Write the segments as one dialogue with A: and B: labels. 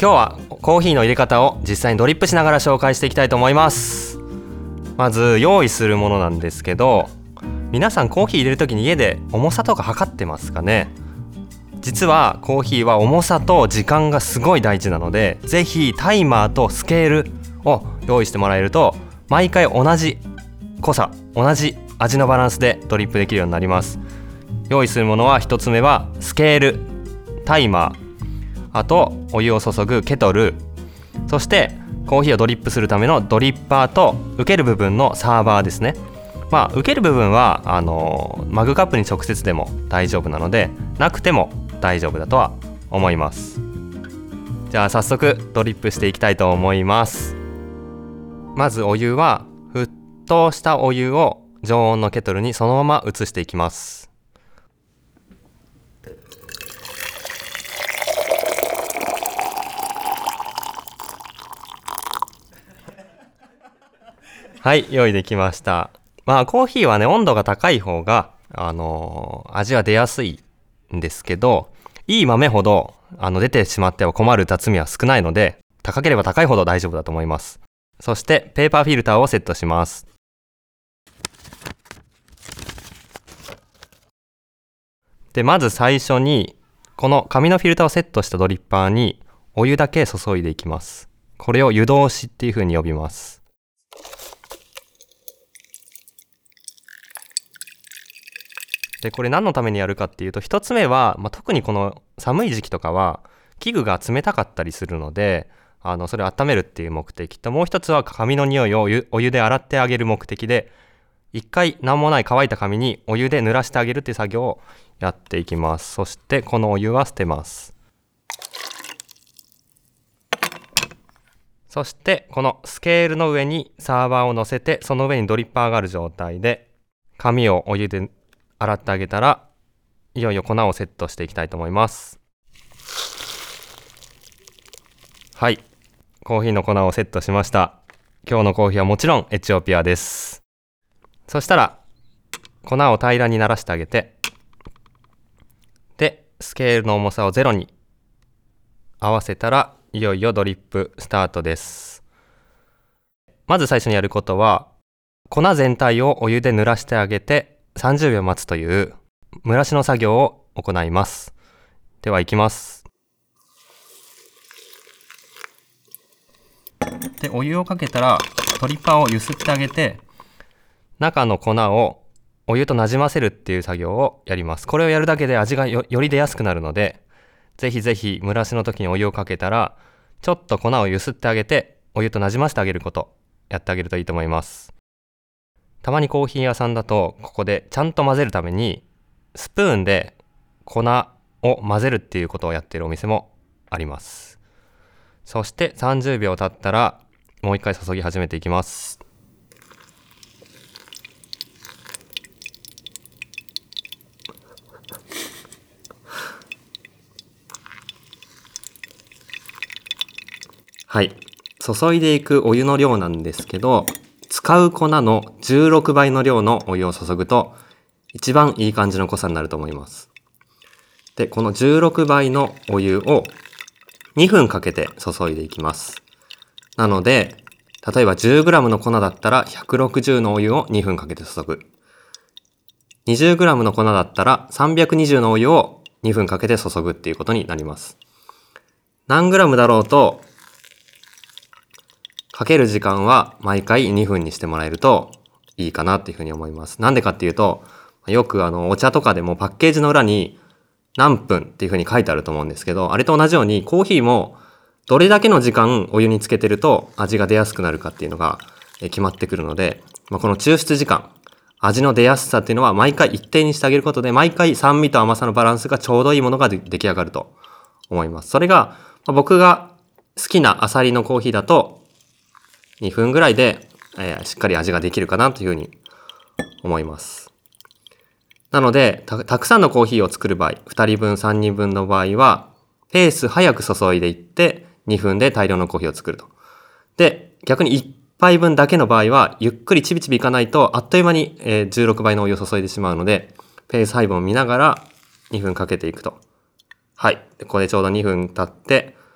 A: 今日はコーヒーの入れ方を実際にドリップしながら紹介していきたいと思います。まず用意するものなんですけど、皆さんコーヒー入れるときに家で重さとか測ってますかね。実はコーヒーは重さと時間がすごい大事なので、ぜひタイマーとスケールを用意してもらえると、毎回同じ濃さ、同じ味のバランスでドリップできるようになります。用意するものは1つ目はスケール、タイマー、あとお湯を注ぐケトル、そしてコーヒーをドリップするためのドリッパーと受ける部分のサーバーですね。受ける部分はマグカップに直接でも大丈夫なので、なくても大丈夫だとは思います。じゃあ早速ドリップしていきたいと思います。まずお湯は沸騰したお湯を常温のケトルにそのまま移していきます。はい、用意できました。コーヒーはね、温度が高い方が、味は出やすいんですけど、いい豆ほど出てしまっては困る雑味は少ないので、高ければ高いほど大丈夫だと思います。そしてペーパーフィルターをセットします。で、まず最初にこの紙のフィルターをセットしたドリッパーにお湯だけ注いでいきます。これを湯通しっていう風に呼びます。で、これ何のためにやるかっていうと、一つ目は、特にこの寒い時期とかは器具が冷たかったりするので、それを温めるっていう目的と、もう一つは紙の匂いをお湯で洗ってあげる目的で、一回何もない乾いた紙にお湯で濡らしてあげるっていう作業をやっていきます。そしてこのお湯は捨てます。そしてこのスケールの上にサーバーを乗せて、その上にドリッパーがある状態で紙をお湯で洗ってあげたら、いよいよ粉をセットしていきたいと思います。はい、コーヒーの粉をセットしました。今日のコーヒーはもちろんエチオピアです。そしたら粉を平らにならしてあげて、でスケールの重さを0に合わせたら、いよいよドリップスタートです。まず最初にやることは、粉全体をお湯で濡らしてあげて30秒待つという蒸らしの作業を行います。では行きます。で、お湯をかけたらドリッパーを揺すってあげて、中の粉をお湯となじませるっていう作業をやります。これをやるだけで味が より出やすくなるので、ぜひぜひ蒸らしの時にお湯をかけたら、ちょっと粉を揺すってあげてお湯となじませてあげること、やってあげるといいと思います。たまにコーヒー屋さんだと、ここでちゃんと混ぜるためにスプーンで粉を混ぜるっていうことをやっているお店もあります。そして30秒経ったらもう一回注ぎ始めていきます。はい、注いでいくお湯の量なんですけど、使う粉の16倍の量のお湯を注ぐと一番いい感じの濃さになると思います。で、この16倍のお湯を2分かけて注いでいきます。なので、例えば 10g の粉だったら160のお湯を2分かけて注ぐ。20g の粉だったら320のお湯を2分かけて注ぐっていうことになります。何グラムだろうと、かける時間は毎回2分にしてもらえるといいかなっていうふうに思います。なんでかっていうと、よくお茶とかでもパッケージの裏に何分っていうふうに書いてあると思うんですけど、あれと同じようにコーヒーもどれだけの時間お湯につけてると味が出やすくなるかっていうのが決まってくるので、この抽出時間、味の出やすさっていうのは毎回一定にしてあげることで、毎回酸味と甘さのバランスがちょうどいいものが出来上がると思います。それが僕が好きなアサリのコーヒーだと2分ぐらいで、しっかり味ができるかなというふうに思います。なので、たくさんのコーヒーを作る場合、2人分、3人分の場合は、ペース早く注いでいって、2分で大量のコーヒーを作ると。で、逆に1杯分だけの場合は、ゆっくりちびちびいかないと、あっという間に16倍のお湯を注いでしまうので、ペース配分を見ながら2分かけていくと。はい。これちょうど2分経って、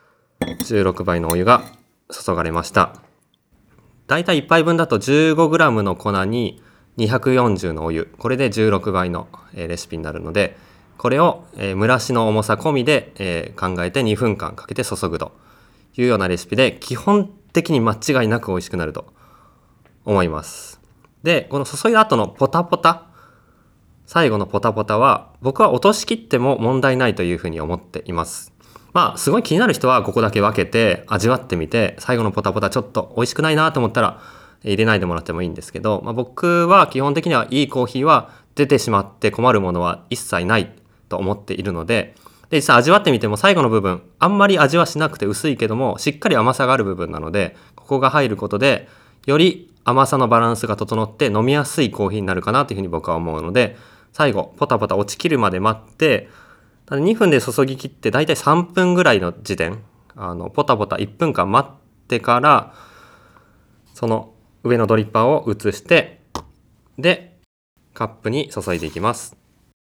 A: 16倍のお湯が注がれました。だいたい1杯分だと 15g の粉に240のお湯、これで16倍のレシピになるので、これを蒸らしの重さ込みで考えて2分間かけて注ぐというようなレシピで、基本的に間違いなく美味しくなると思います。で、この注いだ後のポタポタ、最後のポタポタは僕は落としきっても問題ないというふうに思っています。すごい気になる人はここだけ分けて味わってみて、最後のポタポタちょっと美味しくないなと思ったら入れないでもらってもいいんですけど、僕は基本的にはいいコーヒーは出てしまって困るものは一切ないと思っているので、実際味わってみても最後の部分あんまり味はしなくて薄いけどもしっかり甘さがある部分なので、ここが入ることでより甘さのバランスが整って飲みやすいコーヒーになるかなというふうに僕は思うので、最後ポタポタ落ちきるまで待って、2分で注ぎ切ってだいたい3分ぐらいの時点、ポタポタ1分間待ってから、その上のドリッパーを移して、でカップに注いでいきます。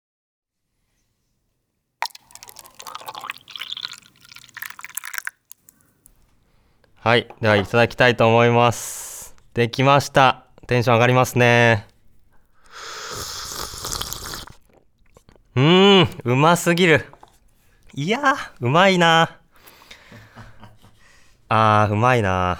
A: はい、ではいただきたいと思います。できました。テンション上がりますね。うますぎる。いやー、うまいな。うまいな。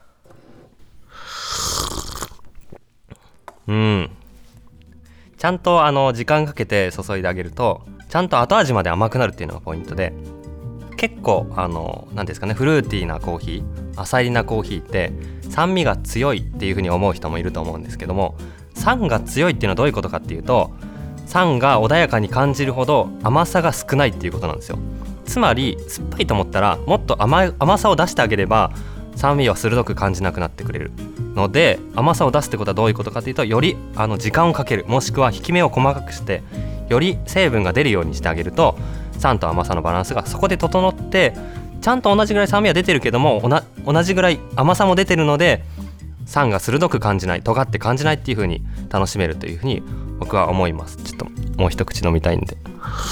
A: ちゃんと時間かけて注いであげると、ちゃんと後味まで甘くなるっていうのがポイントで、結構なんですかね、フルーティーなコーヒー、浅いなコーヒーって酸味が強いっていう風に思う人もいると思うんですけども、酸が強いっていうのはどういうことかっていうと、酸が穏やかに感じるほど甘さが少ないっていうことなんですよ。つまり酸っぱいと思ったらもっと甘さを出してあげれば酸味は鋭く感じなくなってくれるので、甘さを出すってことはどういうことかというと、より時間をかける、もしくは引き目を細かくしてより成分が出るようにしてあげると、酸と甘さのバランスがそこで整って、ちゃんと同じぐらい酸味は出てるけども同じぐらい甘さも出てるので、酸が鋭く感じない、尖って感じないっていう風に楽しめるという風に僕は思います。ちょっともう一口飲みたいんで。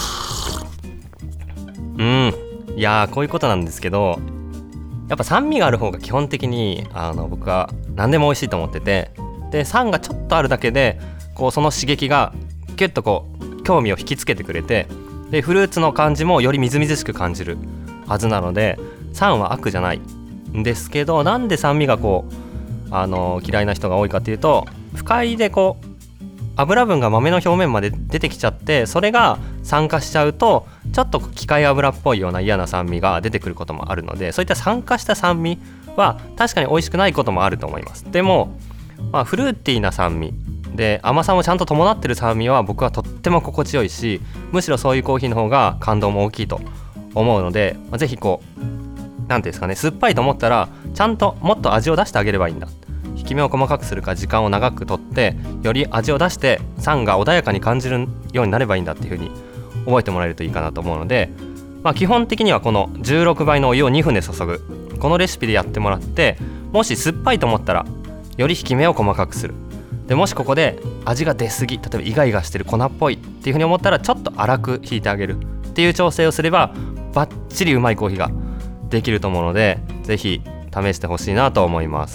A: いやー、こういうことなんですけど、やっぱ酸味がある方が基本的に僕は何でも美味しいと思ってて、で酸がちょっとあるだけでその刺激がキュッと興味を引きつけてくれて、でフルーツの感じもよりみずみずしく感じるはずなので、酸は悪じゃないんですけど、なんで酸味が嫌いな人が多いかっていうと、不快で油分が豆の表面まで出てきちゃって、それが酸化しちゃうとちょっと機械油っぽいような嫌な酸味が出てくることもあるので、そういった酸化した酸味は確かに美味しくないこともあると思います。でも、フルーティーな酸味で甘さもちゃんと伴ってる酸味は僕はとっても心地よいし、むしろそういうコーヒーの方が感動も大きいと思うので、ぜひなんていうんですかね、酸っぱいと思ったらちゃんともっと味を出してあげればいいんだ、引き目を細かくするか時間を長くとってより味を出して酸が穏やかに感じるようになればいいんだっていう風に覚えてもらえるといいかなと思うので、基本的にはこの16倍のお湯を2分で注ぐ、このレシピでやってもらって、もし酸っぱいと思ったらより引き目を細かくする、でもしここで味が出すぎ、例えばイガイガしてる粉っぽいっていう風に思ったらちょっと粗く引いてあげるっていう調整をすればバッチリうまいコーヒーができると思うので、ぜひ試してほしいなと思います。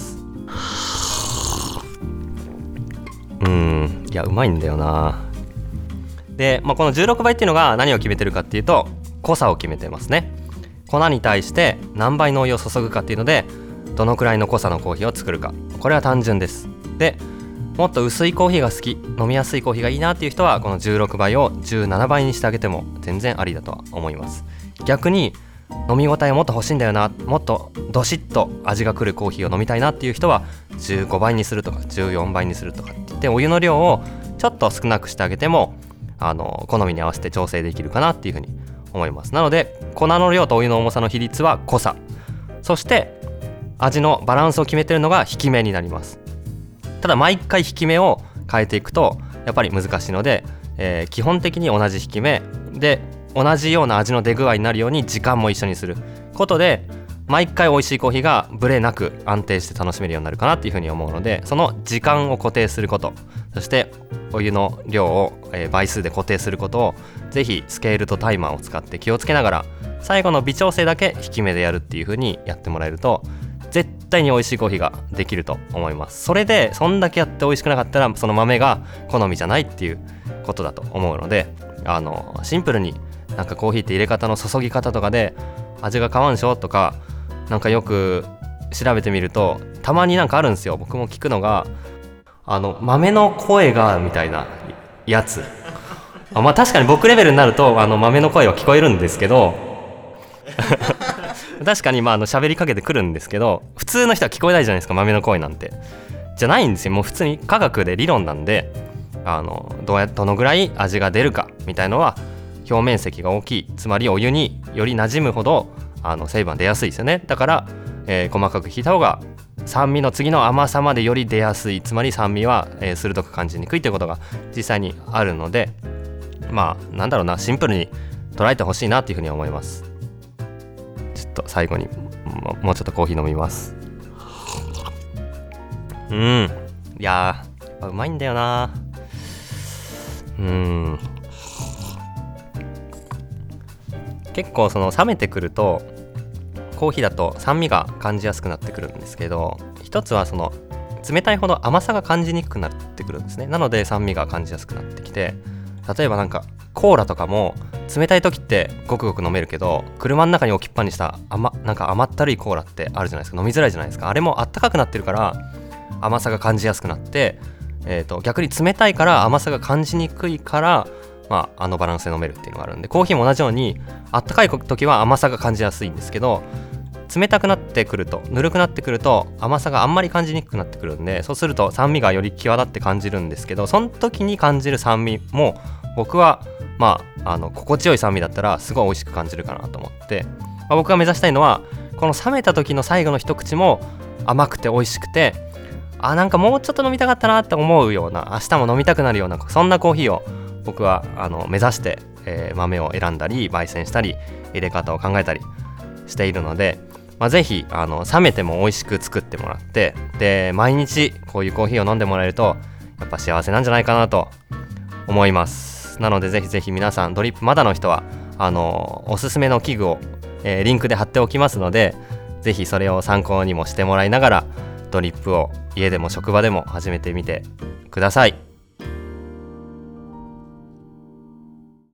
A: いやうまいんだよな。で、この16倍っていうのが何を決めてるかっていうと、濃さを決めてますね。粉に対して何倍のお湯を注ぐかっていうので、どのくらいの濃さのコーヒーを作るか、これは単純です。で、もっと薄いコーヒーが好き、飲みやすいコーヒーがいいなっていう人はこの16倍を17倍にしてあげても全然ありだとは思います。逆に飲み応えもっと欲しいんだよな、もっとドシッと味が来るコーヒーを飲みたいなっていう人は15倍にするとか14倍にするとかって言って、お湯の量をちょっと少なくしてあげても好みに合わせて調整できるかなっていうふうに思います。なので粉の量とお湯の重さの比率は濃さ、そして味のバランスを決めてるのが引き目になります。ただ毎回引き目を変えていくとやっぱり難しいので、基本的に同じ引き目で同じような味の出具合になるように時間も一緒にすることで、毎回美味しいコーヒーがブレなく安定して楽しめるようになるかなっていうふうに思うので、その時間を固定すること、そしてお湯の量を倍数で固定することをぜひスケールとタイマーを使って気をつけながら最後の微調整だけ低めでやるっていう風にやってもらえると絶対に美味しいコーヒーができると思います。それでそんだけやって美味しくなかったらその豆が好みじゃないっていうことだと思うので、シンプルになんかコーヒーって入れ方の注ぎ方とかで味が変わんしょとかなんかよく調べてみるとたまになんかあるんですよ。僕も聞くのが豆の声がみたいなやつまあ確かに僕レベルになると豆の声は聞こえるんですけど確かに喋りかけてくるんですけど普通の人は聞こえないじゃないですか、豆の声なんて。じゃないんですよ。もう普通に科学で理論なんでどのぐらい味が出るかみたいのは表面積が大きい、つまりお湯により馴染むほど成分は出やすいですよね。だから、細かくひいた方が酸味の次の甘さまでより出やすい、つまり酸味は、鋭く感じにくいということが実際にあるので、なんだろうな、シンプルに捉えてほしいなっていうふうに思います。ちょっと最後にもうちょっとコーヒー飲みます。いやーうまいんだよな。結構冷めてくるとコーヒーだと酸味が感じやすくなってくるんですけど、一つは冷たいほど甘さが感じにくくなってくるんですね。なので酸味が感じやすくなってきて、例えばなんかコーラとかも冷たい時ってごくごく飲めるけど、車の中に置きっぱにしたなんか甘ったるいコーラってあるじゃないですか。飲みづらいじゃないですか。あれもあったかくなってるから甘さが感じやすくなって、逆に冷たいから甘さが感じにくいからバランスで飲めるっていうのがあるんで、コーヒーも同じようにあったかい時は甘さが感じやすいんですけど、冷たくなってくるとぬるくなってくると甘さがあんまり感じにくくなってくるんで、そうすると酸味がより際立って感じるんですけど、その時に感じる酸味も僕は心地よい酸味だったらすごい美味しく感じるかなと思って、僕が目指したいのはこの冷めた時の最後の一口も甘くて美味しくて、なんかもうちょっと飲みたかったなって思うような、明日も飲みたくなるような、そんなコーヒーを僕は目指して、豆を選んだり焙煎したり入れ方を考えたりしているので、ぜひ冷めても美味しく作ってもらって、で毎日こういうコーヒーを飲んでもらえるとやっぱ幸せなんじゃないかなと思います。なのでぜひぜひ皆さんドリップまだの人はおすすめの器具を、リンクで貼っておきますので、ぜひそれを参考にもしてもらいながらドリップを家でも職場でも始めてみてください。